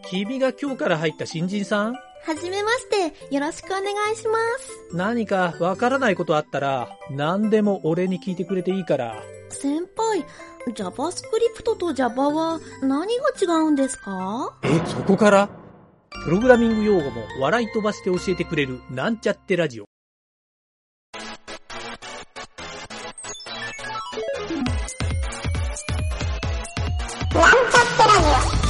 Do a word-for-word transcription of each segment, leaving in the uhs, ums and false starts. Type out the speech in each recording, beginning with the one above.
君が今日から入った新人さん？ はじめまして、よろしくお願いします。 何かわからないことあったら、何でも俺に聞いてくれていいから。 先輩、JavaScript と Java は何が違うんですか？ え、そこから？プログラミング用語も笑い飛ばして教えてくれるなんちゃってラジオ。 なんちゃってラジオ。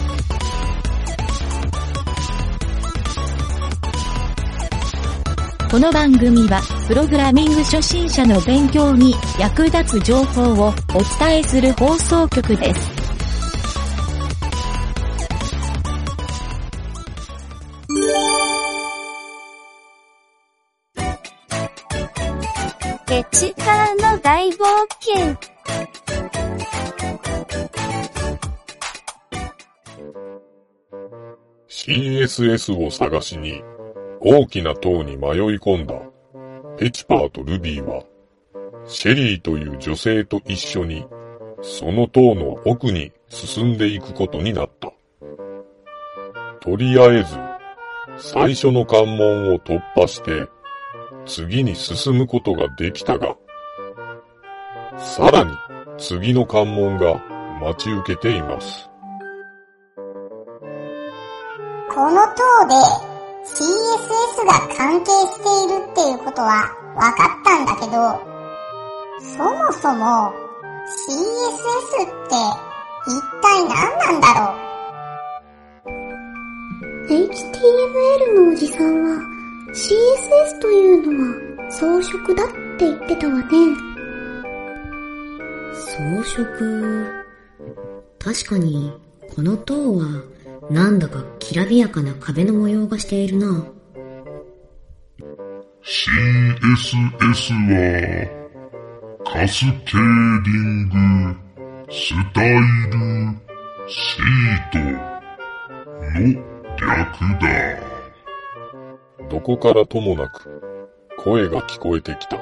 この番組はプログラミング初心者の勉強に役立つ情報をお伝えする放送局です。 ゲチからの大冒険。 シーエスエス を探しに大きな塔に迷い込んだペチパーとルビーは、シェリーという女性と一緒にその塔の奥に進んでいくことになった。とりあえず最初の関門を突破して次に進むことができたが、さらに次の関門が待ち受けています。 この塔でシーエスエス が関係しているっていうことは分かったんだけど、そもそも シーエスエス って一体何なんだろう？ エイチティーエムエル のおじさんは シーエスエス というのは装飾だって言ってたわね。 装飾。確かにこの塔はなんだかきらびやかな壁の模様がしているな。 シーエスエス はカスケーディングスタイルシートの略だ。 どこからともなく声が聞こえてきた。 あ、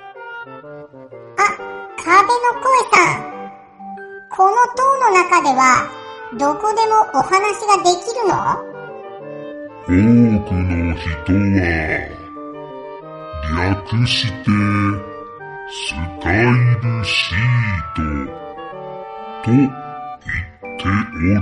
壁の声さん。この塔の中ではどこでもお話ができるの？ 多くの人は略してスタイルシートと言っておる。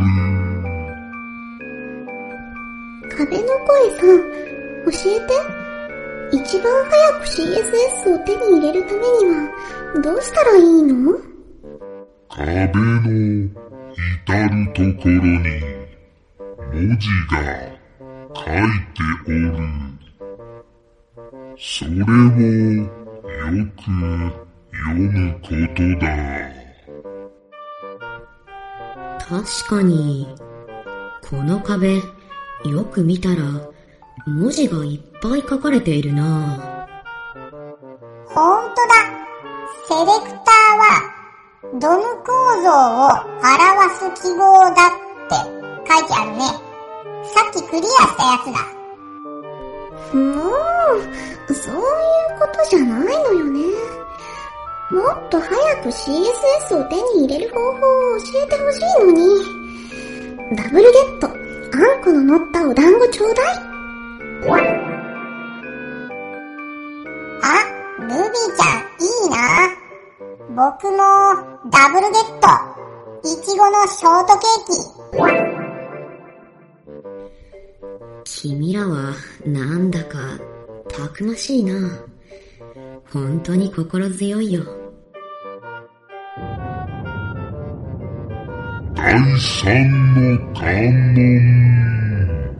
壁の声さん、教えて。一番早く シーエスエス を手に入れるためにはどうしたらいいの？ 壁の至るところに文字が書いておる。それをよく読むことだ。 確かにこの壁よく見たら文字がいっぱい書かれているな。 ほんとだ。セレクターはドム構造を表す記号だって書いてあるね。さっきクリアしたやつだ。 もう、そういうことじゃないのよね。もっと早く シーエスエス を手に入れる方法を教えてほしいのに。ダブルゲット、あんこの乗ったお団子ちょうだい。 あ、ルビーちゃんいいな。僕もダブルゲット、いちごのショートケーキ。 君らはなんだかたくましいな。本当に心強いよ。 第三の関門。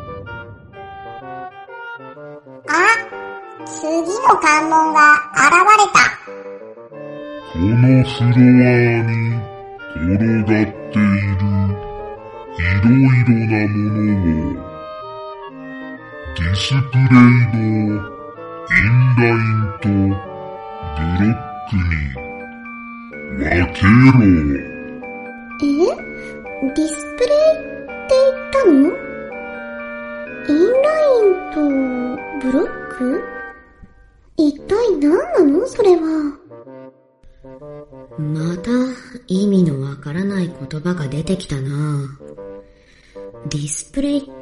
あ、次の関門が現れた。 このフロアに転がっているいろいろなものをディスプレイのインラインとブロックに分けろ。 え？ディスプレイって言ったの？インラインとブロック？一体何なのそれは。 また意味のわからない言葉が出てきたな。 ディスプレイって、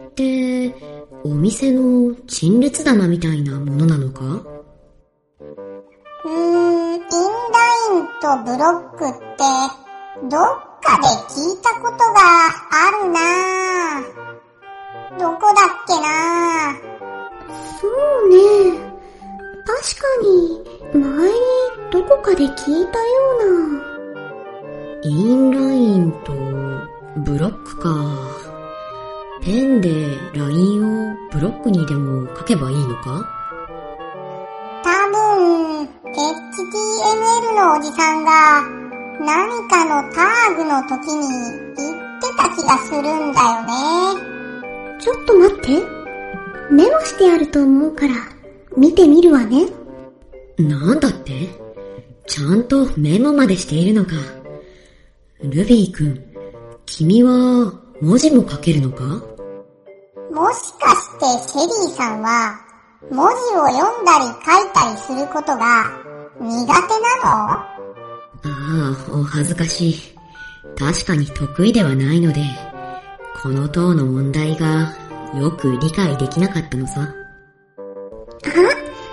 お店の陳列棚みたいなものなのか？ うーん、インラインとブロックって、どっかで聞いたことがあるなぁ。どこだっけなぁ。 そうね。確かに、前にどこかで聞いたような。 インラインとブロックか。ペンでラインをブロックにでも書けばいいのか？ 多分、エイチティーエムエル のおじさんが何かのターグの時に言ってた気がするんだよね。 ちょっと待って。メモしてあると思うから見てみるわね。 なんだって？ちゃんとメモまでしているのか。ルビー君、君は文字も書けるのか？ もしかしてシェリーさんは文字を読んだり書いたりすることが苦手なの？ ああ、お恥ずかしい。確かに得意ではないので、この塔の問題がよく理解できなかったのさ。あ、あった！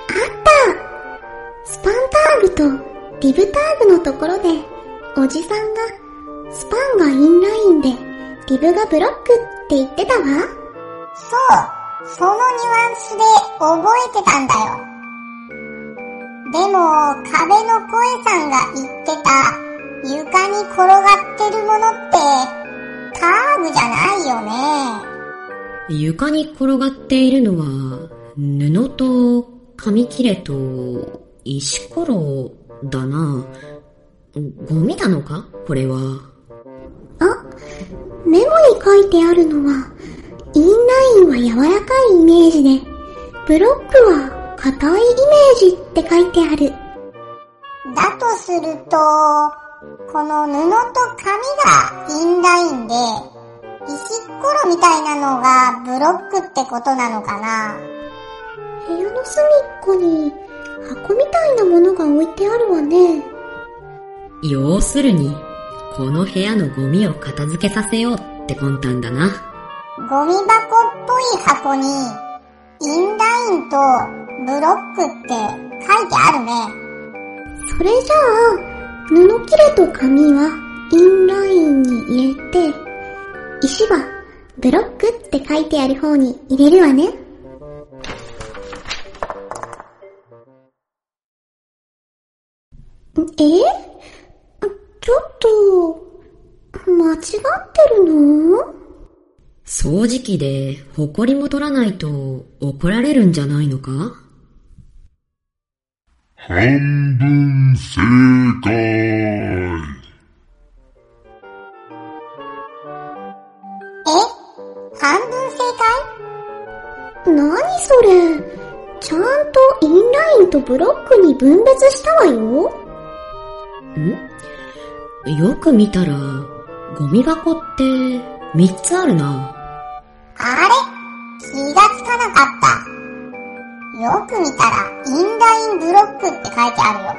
スパンターグとリブターグのところで、おじさんがスパンがインラインでリブがブロックって言ってたわ。 そう、そのニュアンスで覚えてたんだよ。でも、壁の声さんが言ってた床に転がってるものってターグじゃないよね。 床に転がっているのは布と紙切れと石ころだな。ゴミなのかこれは。 あ、メモに書いてあるのはインラインは柔らかいイメージで、ブロックは硬いイメージって書いてある。 だとすると、この布と紙がインラインで、石ころみたいなのがブロックってことなのかな。 部屋の隅っこに箱みたいなものが置いてあるわね。 要するに、この部屋のゴミを片付けさせようって魂胆だな。 ゴミ箱っぽい箱に、インラインとブロックって書いてあるね。 それじゃあ、布切れと紙はインラインに入れて、石はブロックって書いてある方に入れるわね。え？ちょっと、間違ってるの？ 掃除機でホコリも取らないと怒られるんじゃないのか？ 半分正解。 え？半分正解？ なにそれ？ちゃんとインラインとブロックに分別したわよ。 ん？よく見たら、ゴミ箱ってみっつあるな。 あれ？気がつかなかった。よく見たら、インラインブロックって書いてあるよ。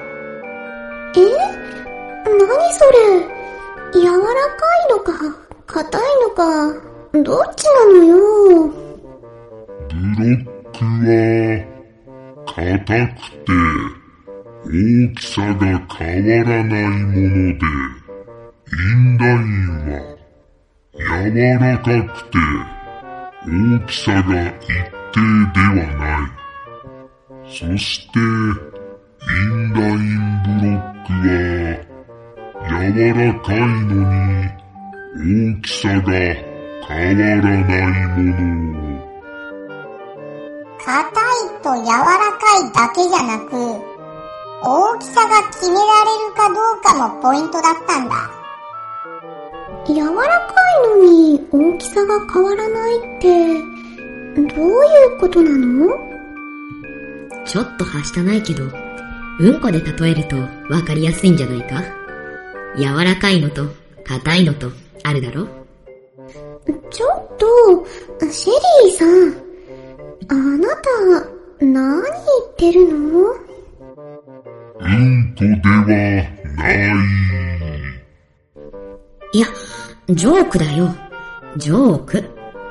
え？なにそれ？柔らかいのか、硬いのか、どっちなのよ。 ブロックは、硬くて、大きさが変わらないもので、インラインは、柔らかくて、大きさが一定ではない。そして、インラインブロックは、柔らかいのに、大きさが変わらないものを。 硬いと柔らかいだけじゃなく、大きさが決められるかどうかもポイントだったんだ。 柔らかいのに大きさが変わらないって、どういうことなの？ ちょっとはしたないけど、うんこで例えるとわかりやすいんじゃないか？柔らかいのと硬いのとあるだろ？ ちょっと、シェリーさん、あなた、何言ってるの？ うんこではない。 いや、ジョークだよ。ジョーク。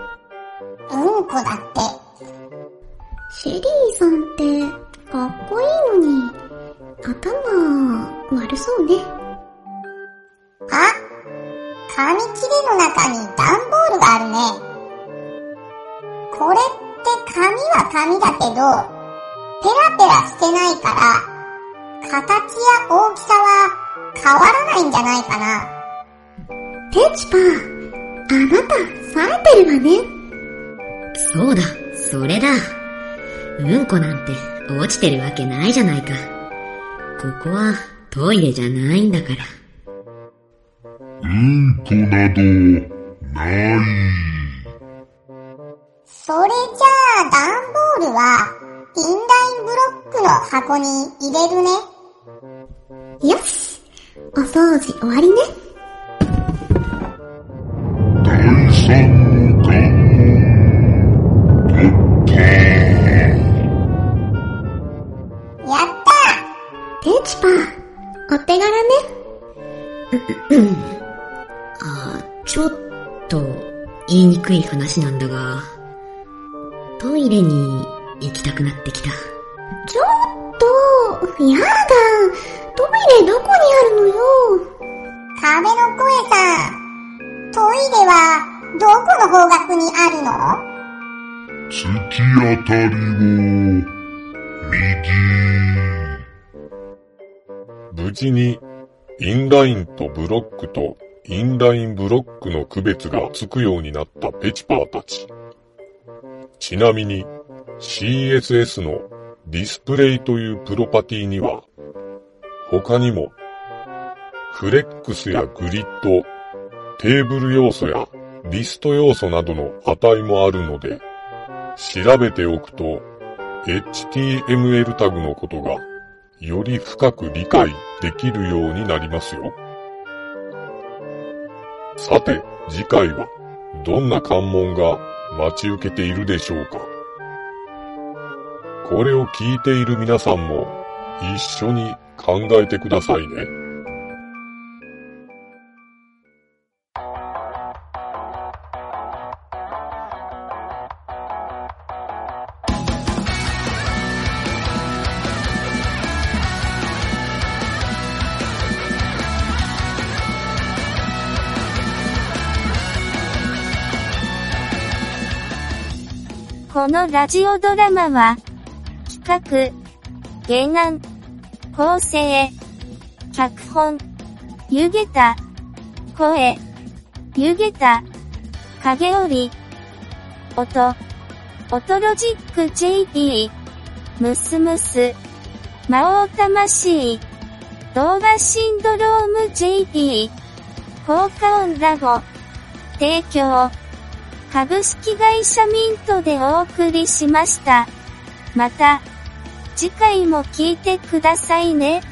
うんこだって。 シェリーさんってかっこいいのに頭悪そうね。 あ、紙切れの中に段ボールがあるね。これって紙は紙だけどペラペラしてないから形や大きさは変わらないんじゃないかな。 ペチパー、あなた冴えてるわね。 そうだ、それだ。うんこなんて落ちてるわけないじゃないか。ここはトイレじゃないんだから。 うんこなどない。 それじゃあ段ボールはインラインブロックの箱に入れるね。 よし、お掃除終わりね。 第三の関門取った。 やったペチパー、お手柄ね。 あ、ちょっと言いにくい話なんだが、トイレに行きたくなってきた。 ちょっと、やだ。トイレどこにあるのよ。 壁の声さん、トイレはどこの方角にあるの？ 突き当たりを右。 無事にインラインとブロックとインラインブロックの区別がつくようになったペチパーたち。ちなみに シーエスエス のディスプレイというプロパティには他にもフレックスやグリッド、テーブル要素やリスト要素などの値もあるので、調べておくと エイチティーエムエル タグのことがより深く理解できるようになりますよ。さて、次回はどんな関門が待ち受けているでしょうか。これを聞いている皆さんも一緒に考えてくださいね。 このラジオドラマは、企画、原案、構成、脚本、ゆげた、声、ゆげた、影織、音、音ロジック ジェーピー、ムスムス、魔王魂、動画シンドローム ジェーピー、効果音ラボ、提供、株式会社ミントでお送りしました。また、次回も聞いてくださいね。